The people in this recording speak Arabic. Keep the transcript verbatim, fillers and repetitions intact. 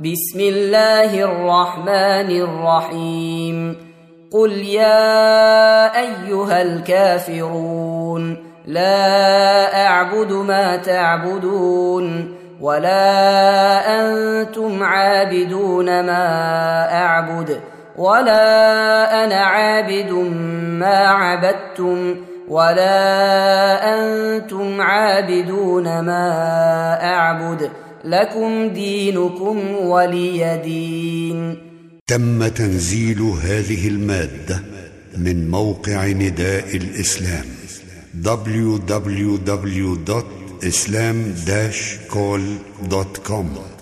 بسم الله الرحمن الرحيم قل يا أيها الكافرون لا أعبد ما تعبدون ولا أنتم عابدون ما أعبد ولا أنا عابد ما عبدتم ولا أنتم عابدون ما أعبد لكم دينكم ولي دين. تم تنزيل هذه المادة من موقع نداء الإسلام دبليو دبليو دبليو دوت إسلام داش كول دوت كوم.